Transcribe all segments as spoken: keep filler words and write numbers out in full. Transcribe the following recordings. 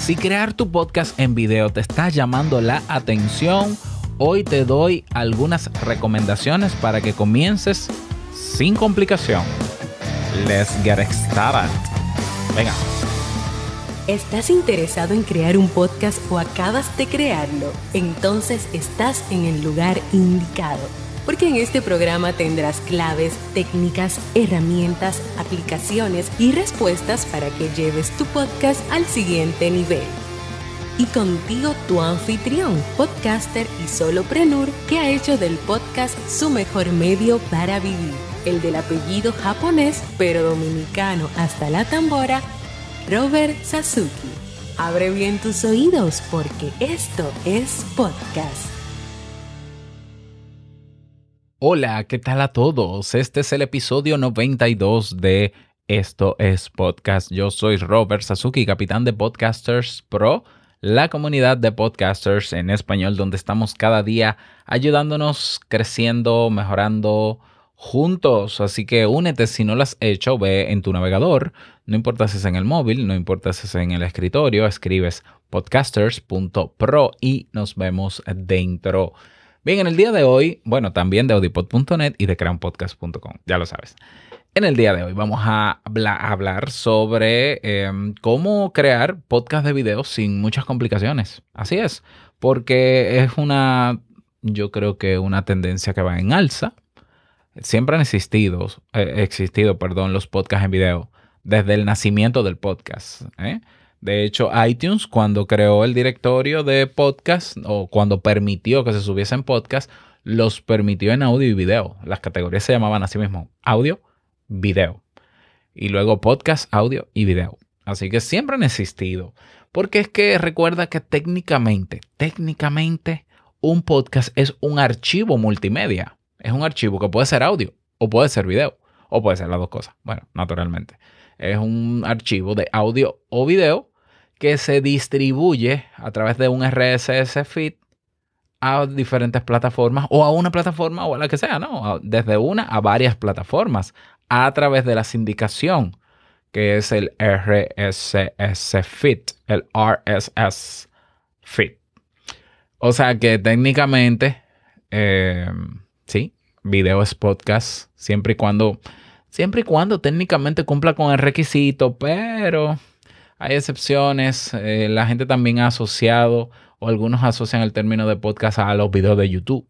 Si crear tu podcast en video te está llamando la atención, hoy te doy algunas recomendaciones para que comiences sin complicación. Let's get started. Venga. ¿Estás interesado en crear un podcast o acabas de crearlo? Entonces estás en el lugar indicado, porque en este programa tendrás claves, técnicas, herramientas, aplicaciones y respuestas para que lleves tu podcast al siguiente nivel. Y contigo tu anfitrión, podcaster y solopreneur que ha hecho del podcast su mejor medio para vivir, el del apellido japonés pero dominicano hasta la tambora, Robert Sasuki. Abre bien tus oídos porque esto es podcast. Hola, ¿qué tal a todos? Este es el episodio noventa y dos de Esto es Podcast. Yo soy Robert Sasuki, capitán de Podcasters Pro, la comunidad de podcasters en español donde estamos cada día ayudándonos, creciendo, mejorando juntos. Así que únete si no lo has hecho, ve en tu navegador, no importa si es en el móvil, no importa si es en el escritorio, escribes podcasters punto pro y nos vemos dentro. Bien, en el día de hoy, bueno, también de audipod punto net y de crean podcast punto com, ya lo sabes. En el día de hoy vamos a habla- hablar sobre eh, cómo crear podcast de video sin muchas complicaciones. Así es, porque es una, yo creo que una tendencia que va en alza. Siempre han existido, eh, existido, perdón, los podcasts en video desde el nacimiento del podcast, ¿eh? De hecho, iTunes, cuando creó el directorio de podcast o cuando permitió que se subiesen podcasts, los permitió en audio y video. Las categorías se llamaban así mismo, audio, video. Y luego podcast, audio y video. Así que siempre han existido. Porque es que recuerda que técnicamente, técnicamente, un podcast es un archivo multimedia. Es un archivo que puede ser audio o puede ser video o puede ser las dos cosas. Bueno, naturalmente. Es un archivo de audio o video que se distribuye a través de un R S S feed a diferentes plataformas o a una plataforma o a la que sea, ¿no? Desde una a varias plataformas a través de la sindicación, que es el R S S feed, el R S S feed. O sea que técnicamente, eh, sí, video es podcast, siempre y cuando, siempre y cuando técnicamente cumpla con el requisito, pero hay excepciones. Eh, la gente también ha asociado, o algunos asocian el término de podcast a los videos de YouTube.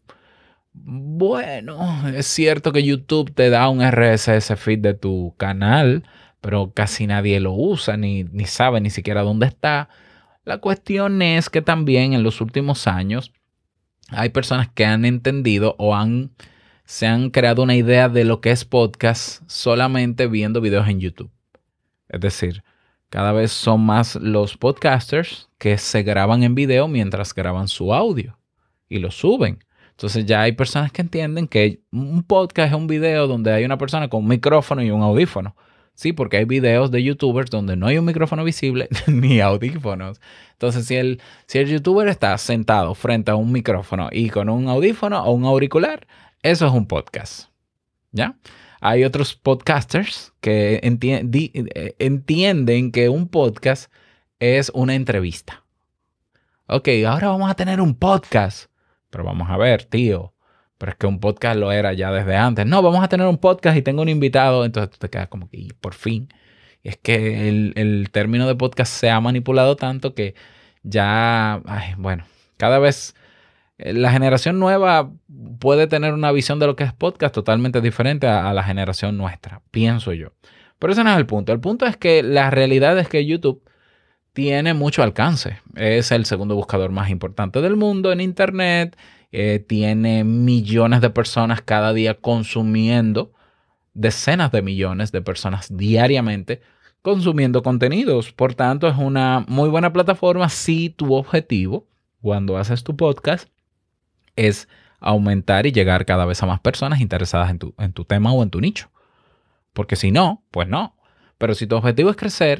Bueno, es cierto que YouTube te da un R S S feed de tu canal, pero casi nadie lo usa, ni, ni sabe ni siquiera dónde está. La cuestión es que también en los últimos años hay personas que han entendido o han, se han creado una idea de lo que es podcast solamente viendo videos en YouTube. Es decir, cada vez son más los podcasters que se graban en video mientras graban su audio y lo suben. Entonces ya hay personas que entienden que un podcast es un video donde hay una persona con un micrófono y un audífono. Sí, porque hay videos de youtubers donde no hay un micrófono visible ni audífonos. Entonces, si el, si el youtuber está sentado frente a un micrófono y con un audífono o un auricular, eso es un podcast. ¿Ya? Hay otros podcasters que enti- di- entienden que un podcast es una entrevista. Ok, ahora vamos a tener un podcast. Pero vamos a ver, tío. Pero es que un podcast lo era ya desde antes. No, vamos a tener un podcast y tengo un invitado. Entonces tú te quedas como que, y por fin. Y es que el, el término de podcast se ha manipulado tanto que ya, ay, bueno, cada vez la generación nueva puede tener una visión de lo que es podcast totalmente diferente a, a la generación nuestra, pienso yo. Pero ese no es el punto. El punto es que la realidad es que YouTube tiene mucho alcance. Es el segundo buscador más importante del mundo en Internet. Eh, tiene millones de personas cada día consumiendo, decenas de millones de personas diariamente consumiendo contenidos. Por tanto, es una muy buena plataforma si tu objetivo, cuando haces tu podcast, es aumentar y llegar cada vez a más personas interesadas en tu, en tu tema o en tu nicho. Porque si no, pues no. Pero si tu objetivo es crecer,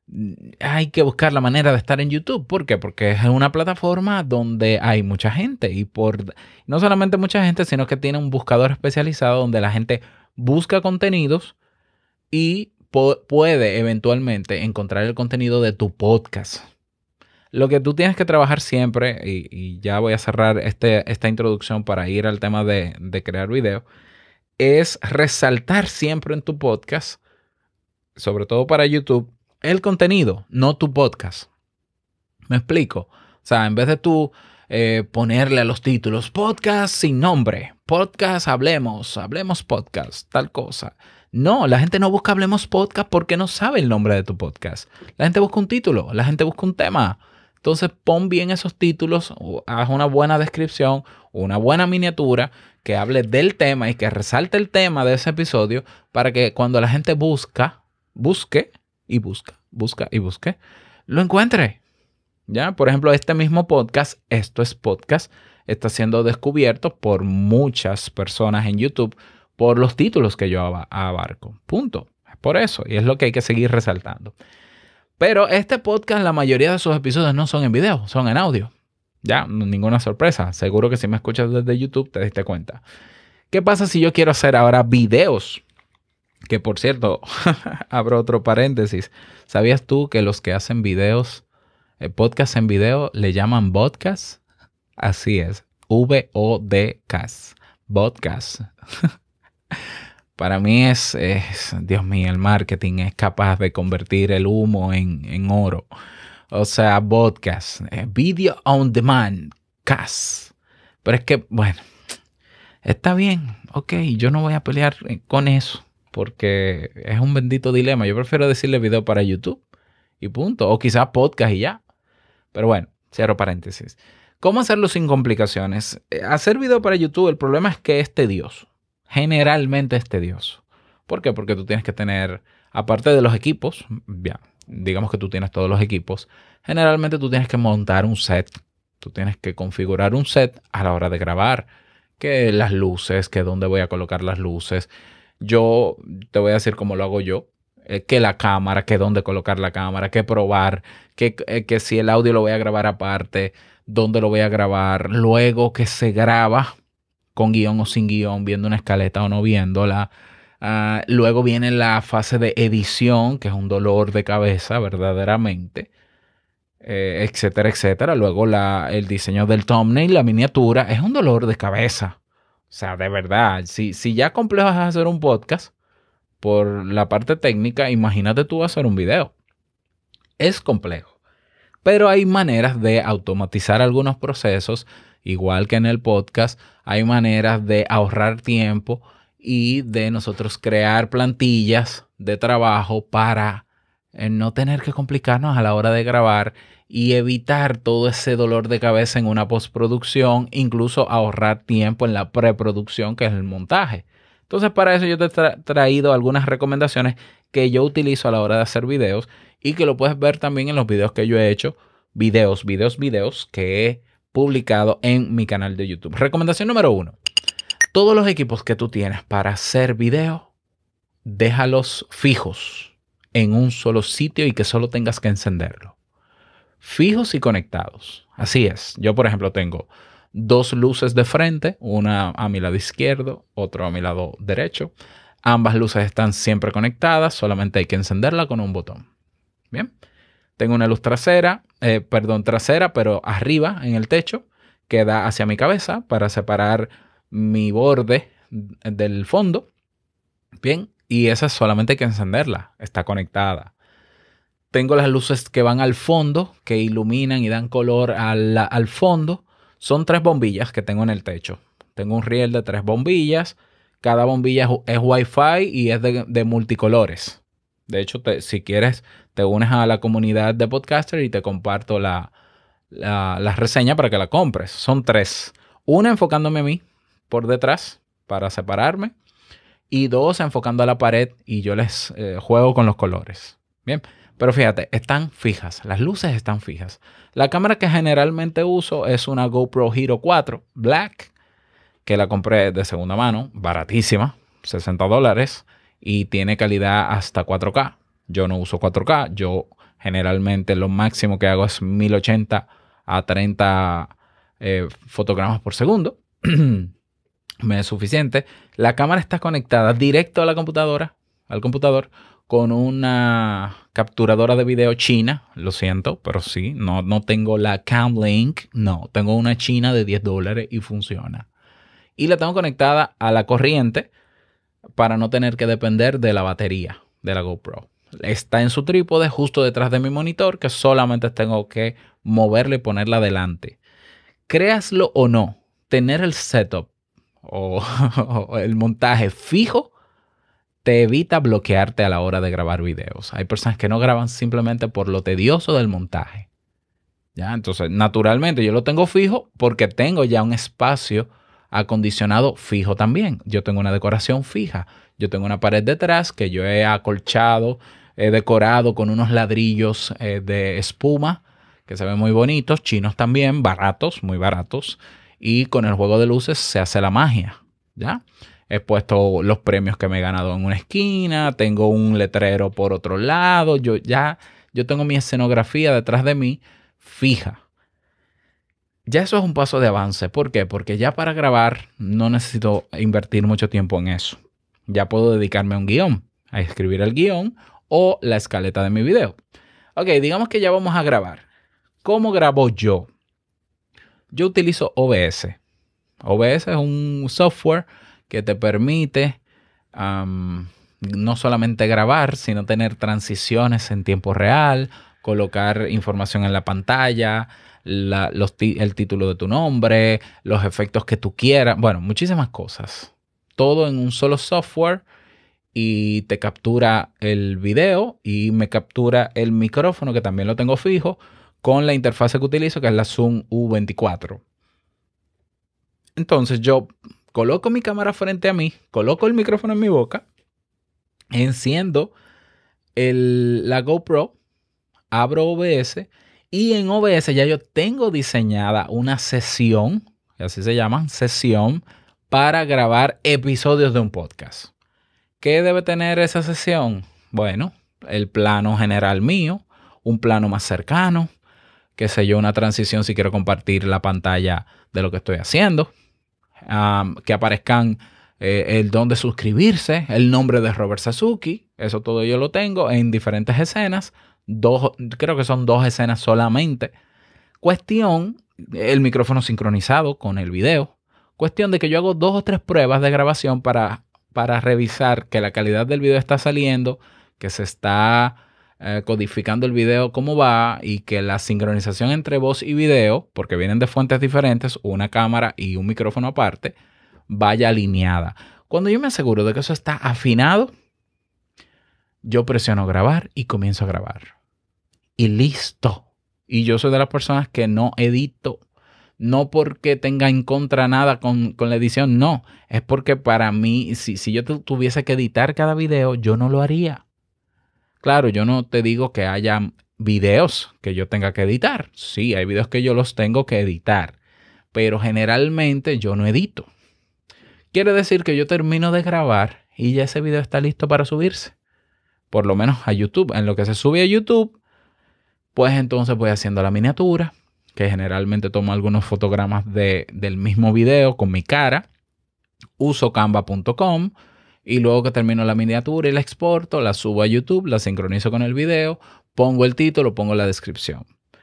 hay que buscar la manera de estar en YouTube. ¿Por qué? Porque es una plataforma donde hay mucha gente y por no solamente mucha gente, sino que tiene un buscador especializado donde la gente busca contenidos y po- puede eventualmente encontrar el contenido de tu podcast. Lo que tú tienes que trabajar siempre, y, y ya voy a cerrar este, esta introducción para ir al tema de, de crear video, es resaltar siempre en tu podcast, sobre todo para YouTube, el contenido, no tu podcast. ¿Me explico? O sea, en vez de tú eh, ponerle a los títulos podcast sin nombre, podcast hablemos, hablemos podcast, tal cosa. No, la gente no busca hablemos podcast porque no sabe el nombre de tu podcast. La gente busca un título, la gente busca un tema. Entonces pon bien esos títulos, haz una buena descripción, una buena miniatura que hable del tema y que resalte el tema de ese episodio para que cuando la gente busca, busque y busca, busca y busque, lo encuentre. ¿Ya? Por ejemplo, este mismo podcast, Esto es Podcast, está siendo descubierto por muchas personas en YouTube por los títulos que yo abarco. Punto. Es por eso. Y es lo que hay que seguir resaltando. Pero este podcast, la mayoría de sus episodios no son en video, son en audio. Ya, ninguna sorpresa. Seguro que si me escuchas desde YouTube te diste cuenta. ¿Qué pasa si yo quiero hacer ahora videos? Que por cierto, abro otro paréntesis. ¿Sabías tú que los que hacen videos, eh, podcast en video, le llaman podcast? Así es. V O D K S. Podcast. Para mí es, es, Dios mío, el marketing es capaz de convertir el humo en, en oro. O sea, podcast, eh, video on demand, cast. Pero es que, bueno, está bien, ok, yo no voy a pelear con eso porque es un bendito dilema. Yo prefiero decirle video para YouTube y punto. O quizás podcast y ya. Pero bueno, cierro paréntesis. ¿Cómo hacerlo sin complicaciones? Hacer video para YouTube, el problema es que es tedioso. Generalmente es tedioso. ¿Por qué? Porque tú tienes que tener, aparte de los equipos, ya, digamos que tú tienes todos los equipos, generalmente tú tienes que montar un set. Tú tienes que configurar un set a la hora de grabar. Que las luces, que dónde voy a colocar las luces. Yo te voy a decir cómo lo hago yo. Eh, que la cámara, que dónde colocar la cámara, que probar, que, eh, que si el audio lo voy a grabar aparte, dónde lo voy a grabar, luego que se graba con guión o sin guión, viendo una escaleta o no viéndola. Uh, luego viene la fase de edición, que es un dolor de cabeza verdaderamente, eh, etcétera, etcétera. Luego la, el diseño del thumbnail, la miniatura, es un dolor de cabeza. O sea, de verdad, si, si ya complejo es hacer un podcast por la parte técnica, imagínate tú hacer un video. Es complejo. Pero hay maneras de automatizar algunos procesos, igual que en el podcast. Hay maneras de ahorrar tiempo y de nosotros crear plantillas de trabajo para eh, no tener que complicarnos a la hora de grabar y evitar todo ese dolor de cabeza en una postproducción, incluso ahorrar tiempo en la preproducción, que es el montaje. Entonces, para eso yo te he tra- traído algunas recomendaciones que yo utilizo a la hora de hacer videos y que lo puedes ver también en los videos que yo he hecho, videos, videos, videos que he publicado en mi canal de YouTube. Recomendación número uno. Todos los equipos que tú tienes para hacer video, déjalos fijos en un solo sitio y que solo tengas que encenderlo. Fijos y conectados. Así es. Yo, por ejemplo, tengo dos luces de frente, una a mi lado izquierdo, otra a mi lado derecho. Ambas luces están siempre conectadas, solamente hay que encenderla con un botón. Bien. Tengo una luz trasera, eh, perdón, trasera, pero arriba en el techo, que da hacia mi cabeza para separar mi borde del fondo. Bien, y esa solamente hay que encenderla, está conectada. Tengo las luces que van al fondo, que iluminan y dan color al, al fondo. Son tres bombillas que tengo en el techo. Tengo un riel de tres bombillas. Cada bombilla es, es Wi-Fi y es de, de multicolores. De hecho, te, si quieres, te unes a la comunidad de podcaster y te comparto la, la, la reseña para que la compres. Son tres. Una enfocándome a mí por detrás para separarme. Y dos enfocando a la pared y yo les eh, juego con los colores. Bien. Pero fíjate, están fijas. Las luces están fijas. La cámara que generalmente uso es una GoPro Hero cuatro Black, que la compré de segunda mano, baratísima, sesenta dólares, y tiene calidad hasta cuatro K. Yo no uso cuatro K. Yo generalmente lo máximo que hago es mil ochenta a treinta eh, fotogramas por segundo. Me es suficiente. La cámara está conectada directo a la computadora, al computador, con una capturadora de video china, lo siento, pero sí, no, no tengo la Camlink, no, tengo una china de diez dólares y funciona. Y la tengo conectada a la corriente para no tener que depender de la batería de la GoPro. Está en su trípode justo detrás de mi monitor, que solamente tengo que moverla y ponerla adelante. Créaslo o no, tener el setup o, o el montaje fijo te evita bloquearte a la hora de grabar videos. Hay personas que no graban simplemente por lo tedioso del montaje. ¿Ya? Entonces, naturalmente, yo lo tengo fijo porque tengo ya un espacio acondicionado fijo también. Yo tengo una decoración fija. Yo tengo una pared detrás que yo he acolchado, he decorado con unos ladrillos eh, de espuma que se ven muy bonitos, chinos también, baratos, muy baratos. Y con el juego de luces se hace la magia. ¿Ya? He puesto los premios que me he ganado en una esquina, tengo un letrero por otro lado, yo ya yo tengo mi escenografía detrás de mí fija. Ya eso es un paso de avance. ¿Por qué? Porque ya para grabar no necesito invertir mucho tiempo en eso. Ya puedo dedicarme a un guión, a escribir el guión o la escaleta de mi video. Ok, digamos que ya vamos a grabar. ¿Cómo grabo yo? Yo utilizo O B S. O B S es un software que te permite um, no solamente grabar, sino tener transiciones en tiempo real, colocar información en la pantalla, la, los el título de tu nombre, los efectos que tú quieras, bueno, muchísimas cosas. Todo en un solo software y te captura el video y me captura el micrófono, que también lo tengo fijo, con la interfase que utilizo, que es la Zoom U veinticuatro. Entonces yo coloco mi cámara frente a mí, coloco el micrófono en mi boca, enciendo el, la GoPro, abro O B S y en O B S ya yo tengo diseñada una sesión, así se llaman, sesión para grabar episodios de un podcast. ¿Qué debe tener esa sesión? Bueno, el plano general mío, un plano más cercano, qué sé yo, una transición si quiero compartir la pantalla de lo que estoy haciendo. Um, que aparezcan eh, el dónde suscribirse, el nombre de Robert Sasuki, eso todo yo lo tengo en diferentes escenas, dos, creo que son dos escenas solamente. Cuestión, el micrófono sincronizado con el video. Cuestión de que yo hago dos o tres pruebas de grabación para, para revisar que la calidad del video está saliendo, que se está eh, codificando el video cómo va y que la sincronización entre voz y video, porque vienen de fuentes diferentes, una cámara y un micrófono aparte, vaya alineada. Cuando yo me aseguro de que eso está afinado, yo presiono grabar y comienzo a grabar. Y listo. Y yo soy de las personas que no edito. No porque tenga en contra nada con, con la edición, no. Es porque para mí, si, si yo tuviese que editar cada video, yo no lo haría. Claro, yo no te digo que haya videos que yo tenga que editar. Sí, hay videos que yo los tengo que editar. Pero generalmente yo no edito. Quiere decir que yo termino de grabar y ya ese video está listo para subirse. Por lo menos a YouTube. En lo que se sube a YouTube, pues entonces voy haciendo la miniatura, que generalmente tomo algunos fotogramas de, del mismo video con mi cara. Uso canva punto com y luego que termino la miniatura y la exporto, la subo a YouTube, la sincronizo con el video, pongo el título, pongo la descripción.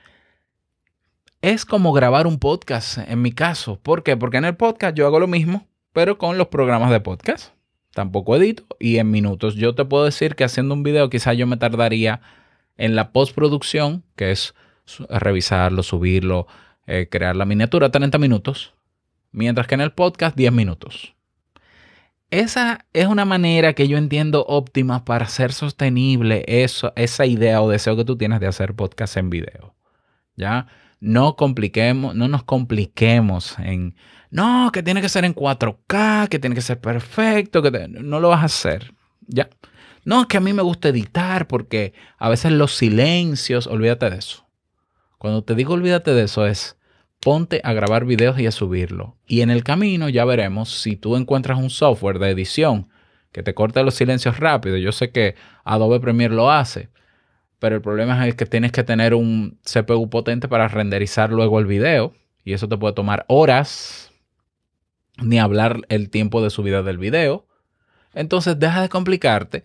Es como grabar un podcast en mi caso. ¿Por qué? Porque en el podcast yo hago lo mismo, pero con los programas de podcast. Tampoco edito y en minutos. Yo te puedo decir que haciendo un video quizás yo me tardaría en la postproducción, que es revisarlo, subirlo, eh, crear la miniatura, treinta minutos. Mientras que en el podcast, diez minutos. Esa es una manera que yo entiendo óptima para hacer sostenible eso, esa idea o deseo que tú tienes de hacer podcast en video. ¿Ya? No compliquemos, no nos compliquemos en, no, que tiene que ser en cuatro K, que tiene que ser perfecto, que te, no lo vas a hacer. ¿Ya? No, es que a mí me gusta editar porque a veces los silencios, olvídate de eso. Cuando te digo olvídate de eso es, ponte a grabar videos y a subirlo. Y en el camino ya veremos si tú encuentras un software de edición que te corte los silencios rápido. Yo sé que Adobe Premiere lo hace, pero el problema es que tienes que tener un C P U potente para renderizar luego el video. Y eso te puede tomar horas, ni hablar el tiempo de subida del video. Entonces deja de complicarte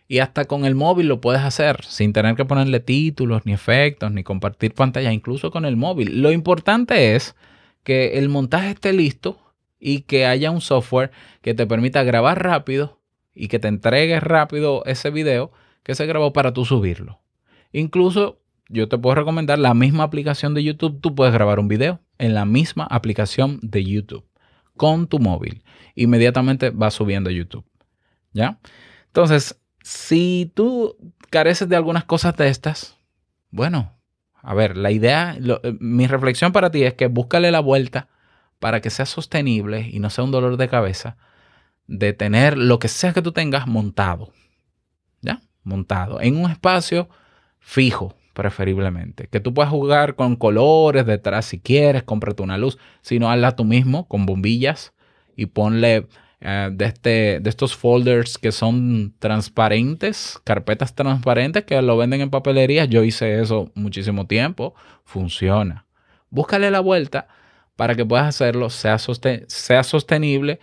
Y hasta con el móvil lo puedes hacer sin tener que ponerle títulos, ni efectos, ni compartir pantalla, incluso con el móvil. Lo importante es que el montaje esté listo y que haya un software que te permita grabar rápido y que te entregue rápido ese video que se grabó para tú subirlo. Incluso yo te puedo recomendar la misma aplicación de YouTube. Tú puedes grabar un video en la misma aplicación de YouTube con tu móvil. Inmediatamente vas subiendo a YouTube. ¿Ya? Entonces, si tú careces de algunas cosas de estas, bueno, a ver, la idea, lo, mi reflexión para ti es que búscale la vuelta para que sea sostenible y no sea un dolor de cabeza de tener lo que sea que tú tengas montado, ¿ya? Montado en un espacio fijo, preferiblemente. Que tú puedas jugar con colores detrás si quieres, cómprate una luz, si no, hazla tú mismo con bombillas y ponle... Uh, de, este, de estos folders que son transparentes, carpetas transparentes que lo venden en papelería. Yo hice eso muchísimo tiempo. Funciona. Búscale la vuelta para que puedas hacerlo, sea, sosten- sea sostenible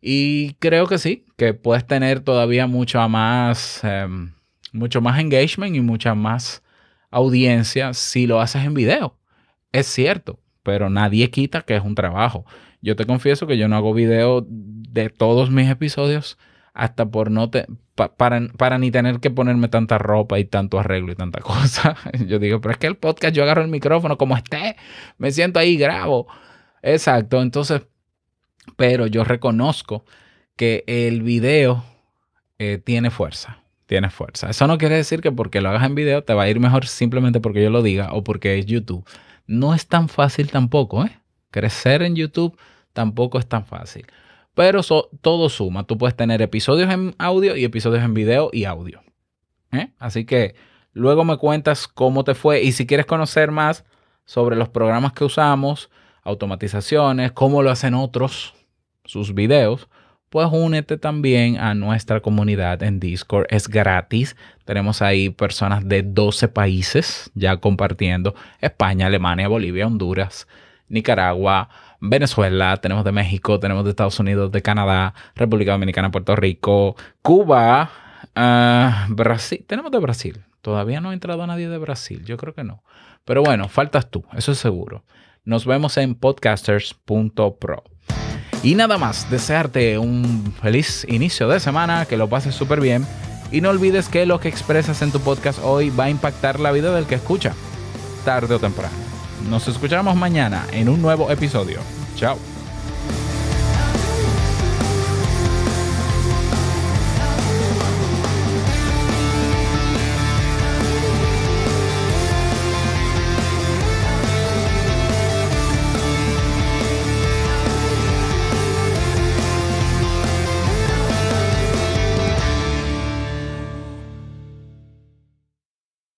y creo que sí, que puedes tener todavía mucho más, um, mucho más engagement y mucha más audiencia si lo haces en video. Es cierto, pero nadie quita que es un trabajo. Yo te confieso que yo no hago video de todos mis episodios hasta por no te, pa, para, para ni tener que ponerme tanta ropa y tanto arreglo y tanta cosa. Yo digo, pero es que el podcast yo agarro el micrófono como esté, me siento ahí, grabo. Exacto, entonces, pero yo reconozco que el video eh, tiene fuerza. Tiene fuerza. Eso no quiere decir que porque lo hagas en video te va a ir mejor simplemente porque yo lo diga o porque es YouTube. No es tan fácil tampoco, ¿eh? Crecer en YouTube tampoco es tan fácil. Pero so, todo suma. Tú puedes tener episodios en audio y episodios en video y audio. ¿Eh? Así que luego me cuentas cómo te fue. Y si quieres conocer más sobre los programas que usamos, automatizaciones, cómo lo hacen otros, sus videos, pues únete también a nuestra comunidad en Discord. Es gratis. Tenemos ahí personas de doce países ya compartiendo. España, Alemania, Bolivia, Honduras, Nicaragua, Venezuela, tenemos de México, tenemos de Estados Unidos, de Canadá, República Dominicana, Puerto Rico, Cuba, uh, Brasil. Tenemos de Brasil. Todavía no ha entrado nadie de Brasil. Yo creo que no. Pero bueno, faltas tú. Eso es seguro. Nos vemos en podcasters punto pro. Y nada más, desearte un feliz inicio de semana, que lo pases súper bien. Y no olvides que lo que expresas en tu podcast hoy va a impactar la vida del que escucha, tarde o temprano. Nos escuchamos mañana en un nuevo episodio. Chao.